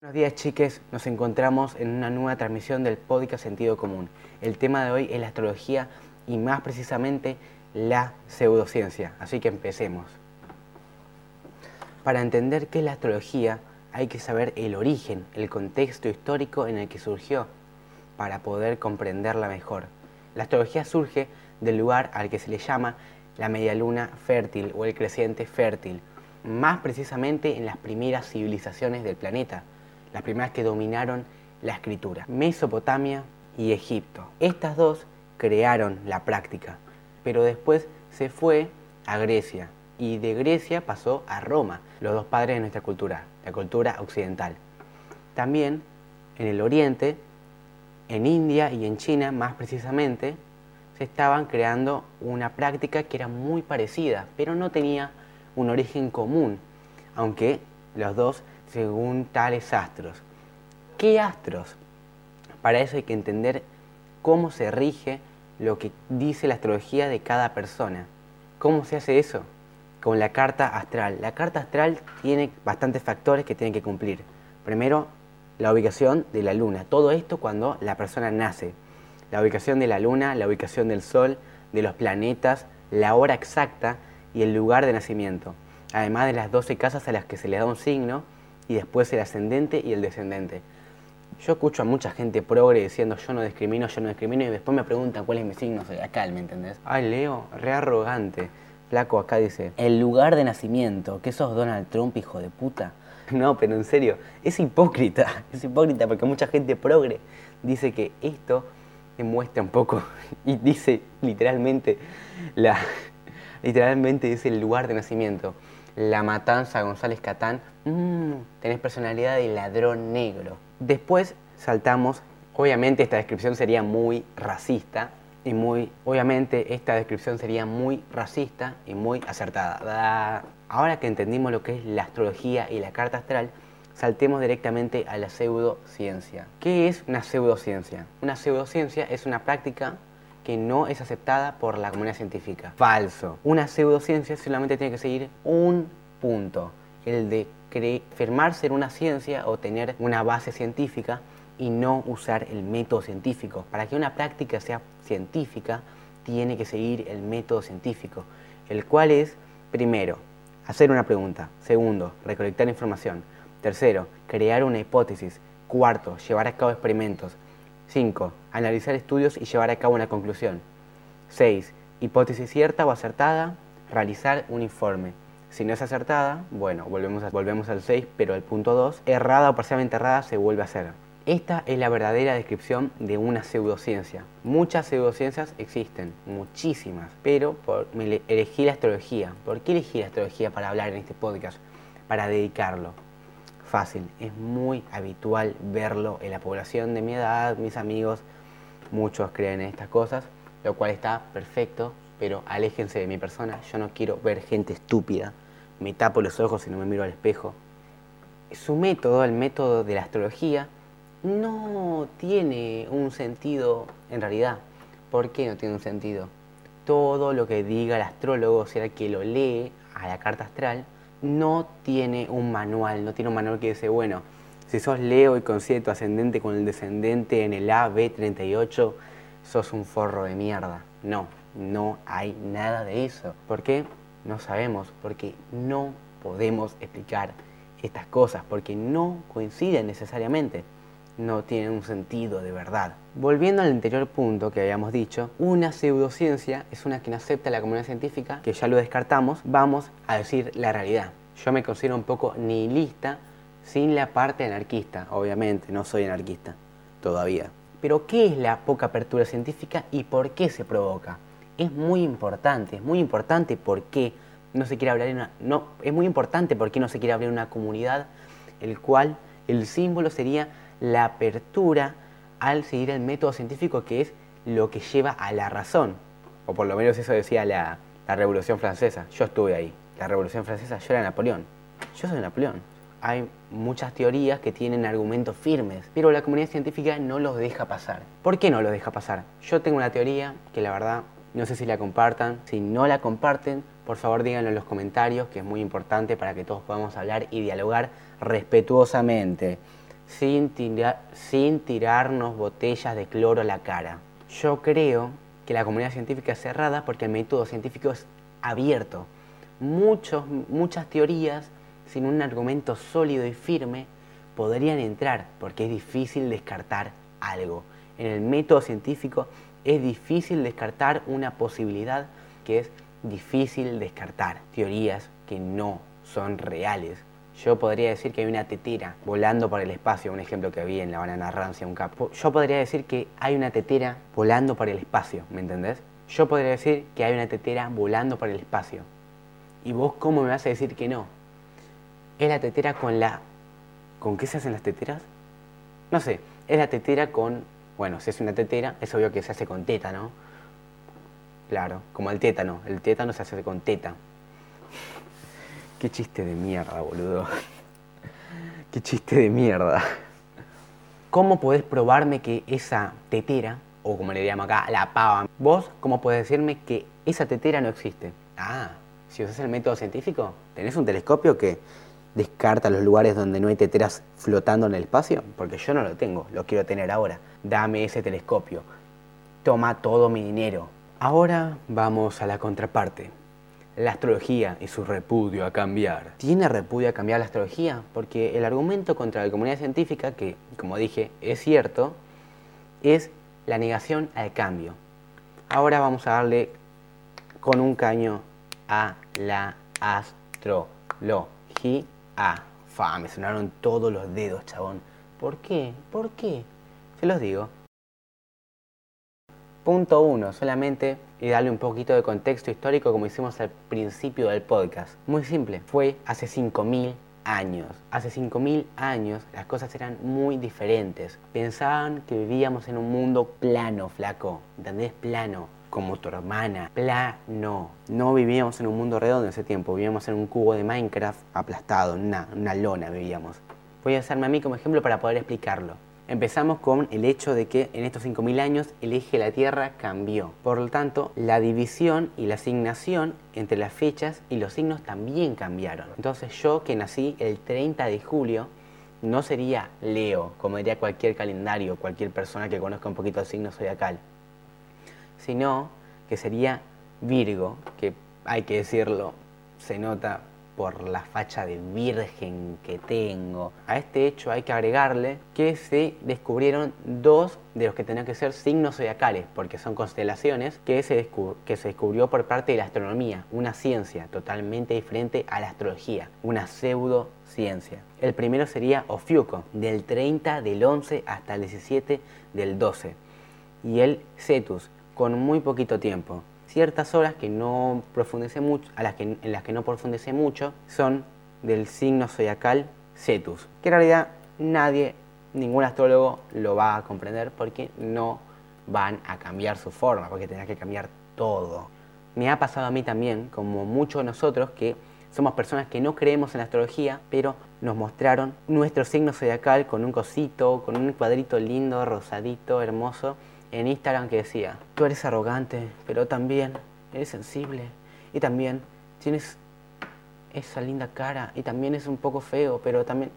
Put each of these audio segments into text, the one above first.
Buenos días, chiques, nos encontramos en una nueva transmisión del podcast Sentido Común. El tema de hoy es la astrología y más precisamente la pseudociencia, así que empecemos. Para entender qué es la astrología hay que saber el origen, el contexto histórico en el que surgió, para poder comprenderla mejor. La astrología surge del lugar al que se le llama la media luna fértil o el creciente fértil, más precisamente en las primeras civilizaciones del planeta, las primeras que dominaron la escritura, Mesopotamia y Egipto. Estas dos crearon la práctica, pero después se fue a Grecia y de Grecia pasó a Roma, los dos padres de nuestra cultura, la cultura occidental. También en el Oriente, en India y en China más precisamente, se estaban creando una práctica que era muy parecida, pero no tenía un origen común, aunque los dos según tales astros. ¿Qué astros? Para eso hay que entender cómo se rige lo que dice la astrología de cada persona. ¿Cómo se hace eso? Con la carta astral. La carta astral tiene bastantes factores que tienen que cumplir. Primero, la ubicación de la luna. Todo esto cuando la persona nace. La ubicación de la luna, la ubicación del sol, de los planetas, la hora exacta y el lugar de nacimiento. Además de las 12 casas a las que se le da un signo y después el ascendente y el descendente. Yo escucho a mucha gente progre diciendo yo no discrimino y después me preguntan cuál es mi signo zodiacal, ¿me entendés? Ay, Leo, re arrogante. Flaco, acá dice, el lugar de nacimiento, ¿qué sos Donald Trump, hijo de puta? No, pero en serio, es hipócrita porque mucha gente progre dice que esto demuestra un poco y dice literalmente dice el lugar de nacimiento. La Matanza, González Catán, tenés personalidad de ladrón negro. Después saltamos, obviamente esta descripción sería muy racista y muy acertada. Ahora que entendimos lo que es la astrología y la carta astral, saltemos directamente a la pseudociencia. ¿Qué es una pseudociencia? Una pseudociencia es una práctica que no es aceptada por la comunidad científica. Falso. Una pseudociencia solamente tiene que seguir un punto, el de afirmarse en una ciencia o tener una base científica y no usar el método científico. Para que una práctica sea científica, tiene que seguir el método científico, el cual es, primero, hacer una pregunta. Segundo, recolectar información. Tercero, crear una hipótesis. Cuarto, llevar a cabo experimentos. 5. Analizar estudios y llevar a cabo una conclusión. 6. Hipótesis cierta o acertada, realizar un informe. Si no es acertada, bueno, volvemos al 6, pero el punto 2, errada o parcialmente errada, se vuelve a hacer. Esta es la verdadera descripción de una pseudociencia. Muchas pseudociencias existen, muchísimas, pero elegí la astrología. ¿Por qué elegí la astrología para hablar en este podcast? Para dedicarlo. Fácil, es muy habitual verlo en la población de mi edad, mis amigos, muchos creen en estas cosas, lo cual está perfecto, pero aléjense de mi persona, yo no quiero ver gente estúpida, me tapo los ojos y no me miro al espejo. Su método, el método de la astrología, no tiene un sentido en realidad. ¿Por qué no tiene un sentido? Todo lo que diga el astrólogo, o sea, el que lo lee a la carta astral, no tiene un manual que dice, bueno, si sos Leo y coincide tu ascendente con el descendente en el AB38, sos un forro de mierda. No hay nada de eso. ¿Por qué? No sabemos, porque no podemos explicar estas cosas, porque no coinciden necesariamente. No tienen un sentido de verdad. Volviendo al anterior punto que habíamos dicho, una pseudociencia es una que no acepta la comunidad científica, que ya lo descartamos, vamos a decir la realidad. Yo me considero un poco nihilista sin la parte anarquista, obviamente, no soy anarquista todavía. Pero ¿qué es la poca apertura científica y por qué se provoca? Es muy importante por qué no se quiere hablar es muy importante por qué no se quiere hablar en una comunidad, el cual el símbolo sería la apertura al seguir el método científico, que es lo que lleva a la razón, o por lo menos eso decía la Revolución Francesa. Yo estuve ahí, la Revolución Francesa, yo era Napoleón, yo soy Napoleón. Hay muchas teorías que tienen argumentos firmes, pero la comunidad científica no los deja pasar. ¿Por qué no los deja pasar? Yo tengo una teoría que la verdad no sé si la compartan. Si no la comparten, por favor díganlo en los comentarios, que es muy importante para que todos podamos hablar y dialogar respetuosamente. sin tirarnos botellas de cloro a la cara. Yo creo que la comunidad científica es cerrada porque el método científico es abierto. Muchas teorías sin un argumento sólido y firme podrían entrar porque es difícil descartar algo. En el método científico es difícil descartar una posibilidad que es difícil descartar. Teorías que no son reales. Yo podría decir que hay una tetera volando por el espacio, un ejemplo que vi en la banana rancia, un capo. Yo podría decir que hay una tetera volando por el espacio, ¿me entendés? Yo podría decir que hay una tetera volando por el espacio. ¿Y vos cómo me vas a decir que no? Es la tetera con la... ¿Con qué se hacen las teteras? No sé, es la tetera con... Bueno, si es una tetera, es obvio que se hace con tétano. Claro, como el tétano se hace con teta. Qué chiste de mierda, boludo. Qué chiste de mierda. ¿Cómo podés probarme que esa tetera, o como le llamo acá, la pava, vos, cómo podés decirme que esa tetera no existe? Ah, si usás el método científico, ¿tenés un telescopio que descarta los lugares donde no hay teteras flotando en el espacio? Porque yo no lo tengo, lo quiero tener ahora. Dame ese telescopio. Toma todo mi dinero. Ahora vamos a la contraparte. La astrología y su repudio a cambiar. ¿Tiene repudio a cambiar la astrología? Porque el argumento contra la comunidad científica, que como dije es cierto, es la negación al cambio. Ahora vamos a darle con un caño a la astrología. Me sonaron todos los dedos, chabón. ¿Por qué? ¿Por qué? Se los digo. Punto 1, solamente y darle un poquito de contexto histórico como hicimos al principio del podcast. Muy simple, fue hace 5000 años. Hace 5000 años las cosas eran muy diferentes. Pensaban que vivíamos en un mundo plano, flaco. ¿Entendés? Plano. Como tu hermana. Plano. No vivíamos en un mundo redondo en ese tiempo. Vivíamos en un cubo de Minecraft aplastado, en una lona vivíamos. Voy a hacerme a mí como ejemplo para poder explicarlo. Empezamos con el hecho de que en estos 5000 años el eje de la Tierra cambió. Por lo tanto, la división y la asignación entre las fechas y los signos también cambiaron. Entonces yo, que nací el 30 de julio, no sería Leo, como diría cualquier calendario, cualquier persona que conozca un poquito el signo zodiacal, sino que sería Virgo, que hay que decirlo, se nota por la facha de virgen que tengo. A este hecho hay que agregarle que se descubrieron dos de los que tenían que ser signos zodiacales, porque son constelaciones que se descubrió por parte de la astronomía, una ciencia totalmente diferente a la astrología, una pseudociencia. El primero sería Ofiuco, del 30 del 11 hasta el 17 del 12, y el Cetus, con muy poquito tiempo. Ciertas horas que no profundice mucho, en las que no profundice mucho, son del signo zodiacal Cetus, que en realidad ningún astrólogo lo va a comprender porque no van a cambiar su forma, porque tendrá que cambiar todo. Me ha pasado a mí también, como muchos de nosotros, que somos personas que no creemos en la astrología, pero nos mostraron nuestro signo zodiacal con un cosito, con un cuadrito lindo, rosadito, hermoso, en Instagram, que decía: tú eres arrogante, pero también eres sensible, y también tienes esa linda cara, y también es un poco feo, pero también...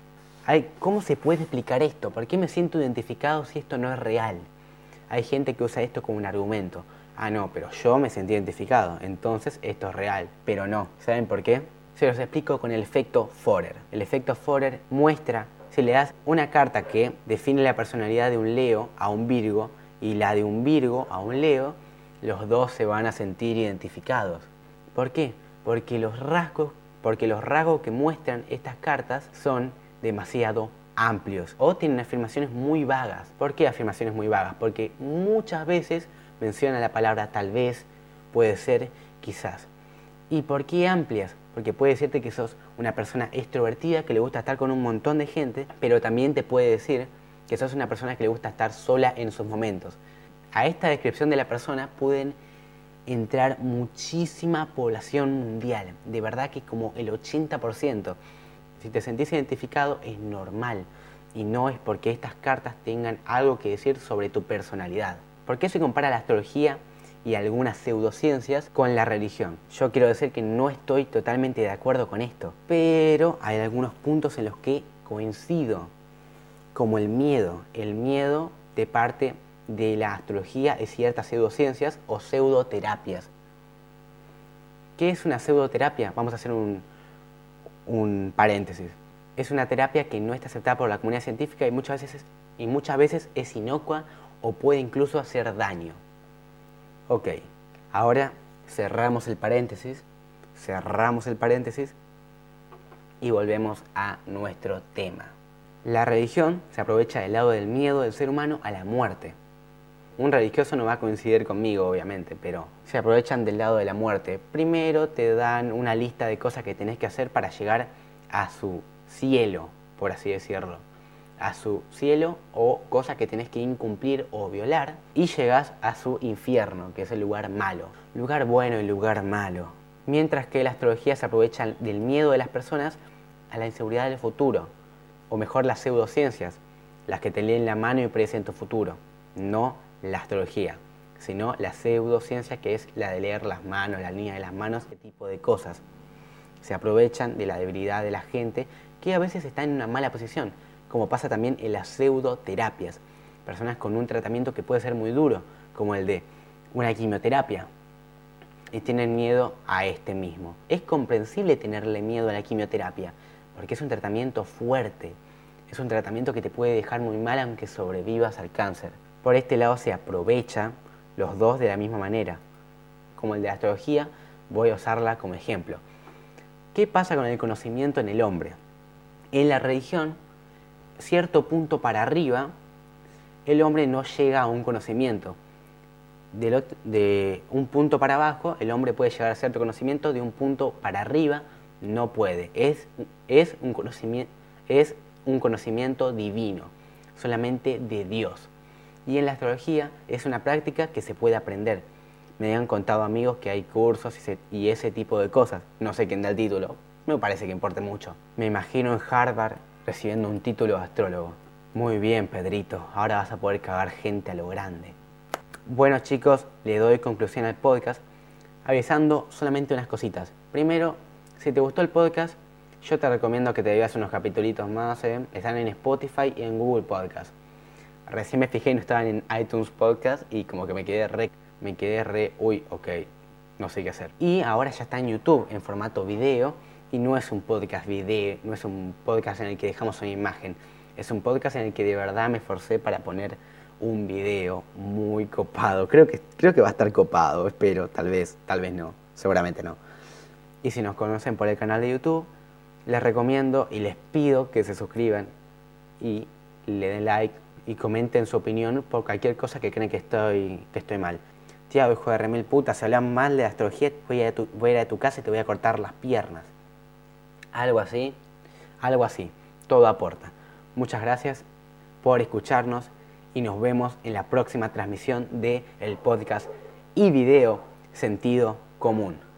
¿Cómo se puede explicar esto? ¿Por qué me siento identificado si esto no es real? Hay gente que usa esto como un argumento. Ah, no, pero yo me sentí identificado, entonces esto es real. Pero no. ¿Saben por qué? Se los explico con el efecto Forer. El efecto Forer muestra, si le das una carta que define la personalidad de un Leo a un Virgo, y la de un Virgo a un Leo, los dos se van a sentir identificados. ¿Por qué? Porque los rasgos que muestran estas cartas son demasiado amplios o tienen afirmaciones muy vagas. ¿Por qué afirmaciones muy vagas? Porque muchas veces menciona la palabra tal vez, puede ser, quizás. ¿Y por qué amplias? Porque puede decirte que sos una persona extrovertida que le gusta estar con un montón de gente, pero también te puede decir que sos una persona que le gusta estar sola en sus momentos. A esta descripción de la persona pueden entrar muchísima población mundial, de verdad que como el 80%. Si te sentís identificado es normal y no es porque estas cartas tengan algo que decir sobre tu personalidad. ¿Por qué se compara la astrología y algunas pseudociencias con la religión? Yo quiero decir que no estoy totalmente de acuerdo con esto, pero hay algunos puntos en los que coincido. como el miedo de parte de la astrología y ciertas pseudociencias o pseudoterapias. ¿Qué es una pseudoterapia? Vamos a hacer un paréntesis. Es una terapia que no está aceptada por la comunidad científica y muchas veces es inocua o puede incluso hacer daño. Ok, ahora cerramos el paréntesis y volvemos a nuestro tema. La religión se aprovecha del lado del miedo del ser humano a la muerte. Un religioso no va a coincidir conmigo, obviamente, pero se aprovechan del lado de la muerte. Primero te dan una lista de cosas que tenés que hacer para llegar a su cielo, por así decirlo. A su cielo o cosas que tenés que incumplir o violar. Y llegás a su infierno, que es el lugar malo. Lugar bueno y lugar malo. Mientras que la astrología se aprovecha del miedo de las personas a la inseguridad del futuro. O mejor, las pseudociencias, las que te leen la mano y predicen tu futuro. No la astrología, sino la pseudociencia, que es la de leer las manos, la línea de las manos, ese tipo de cosas. Se aprovechan de la debilidad de la gente que a veces está en una mala posición, como pasa también en las pseudoterapias. Personas con un tratamiento que puede ser muy duro, como el de una quimioterapia, y tienen miedo a este mismo. Es comprensible tenerle miedo a la quimioterapia, porque es un tratamiento fuerte, es un tratamiento que te puede dejar muy mal aunque sobrevivas al cáncer. Por este lado se aprovecha los dos de la misma manera. Como el de la astrología, voy a usarla como ejemplo. ¿Qué pasa con el conocimiento en el hombre? En la religión, cierto punto para arriba, el hombre no llega a un conocimiento. De un punto para abajo, el hombre puede llegar a cierto conocimiento, de un punto para arriba no puede. Es un conocimiento divino, solamente de Dios. Y en la astrología es una práctica que se puede aprender. Me han contado amigos que hay cursos y ese tipo de cosas. No sé quién da el título, no me parece que importe mucho. Me imagino en Harvard recibiendo un título de astrólogo. Muy bien, Pedrito, ahora vas a poder cagar gente a lo grande. Bueno, chicos, le doy conclusión al podcast avisando solamente unas cositas. Primero, si te gustó el podcast, yo te recomiendo que te veas unos capitulitos más. Están en Spotify y en Google Podcast. Recién me fijé y no estaban en iTunes Podcast y como que me quedé re, uy, ok, no sé qué hacer. Y ahora ya está en YouTube en formato video y no es un podcast video, no es un podcast en el que dejamos una imagen. Es un podcast en el que de verdad me esforcé para poner un video muy copado. Creo que va a estar copado, espero, tal vez no, seguramente no. Y si nos conocen por el canal de YouTube, les recomiendo y les pido que se suscriban y le den like y comenten su opinión por cualquier cosa que creen que estoy mal. Tío, hijo de remil puta, si hablan mal de astrología, voy a ir a tu casa y te voy a cortar las piernas. Algo así, todo aporta. Muchas gracias por escucharnos y nos vemos en la próxima transmisión del podcast y video Sentido Común.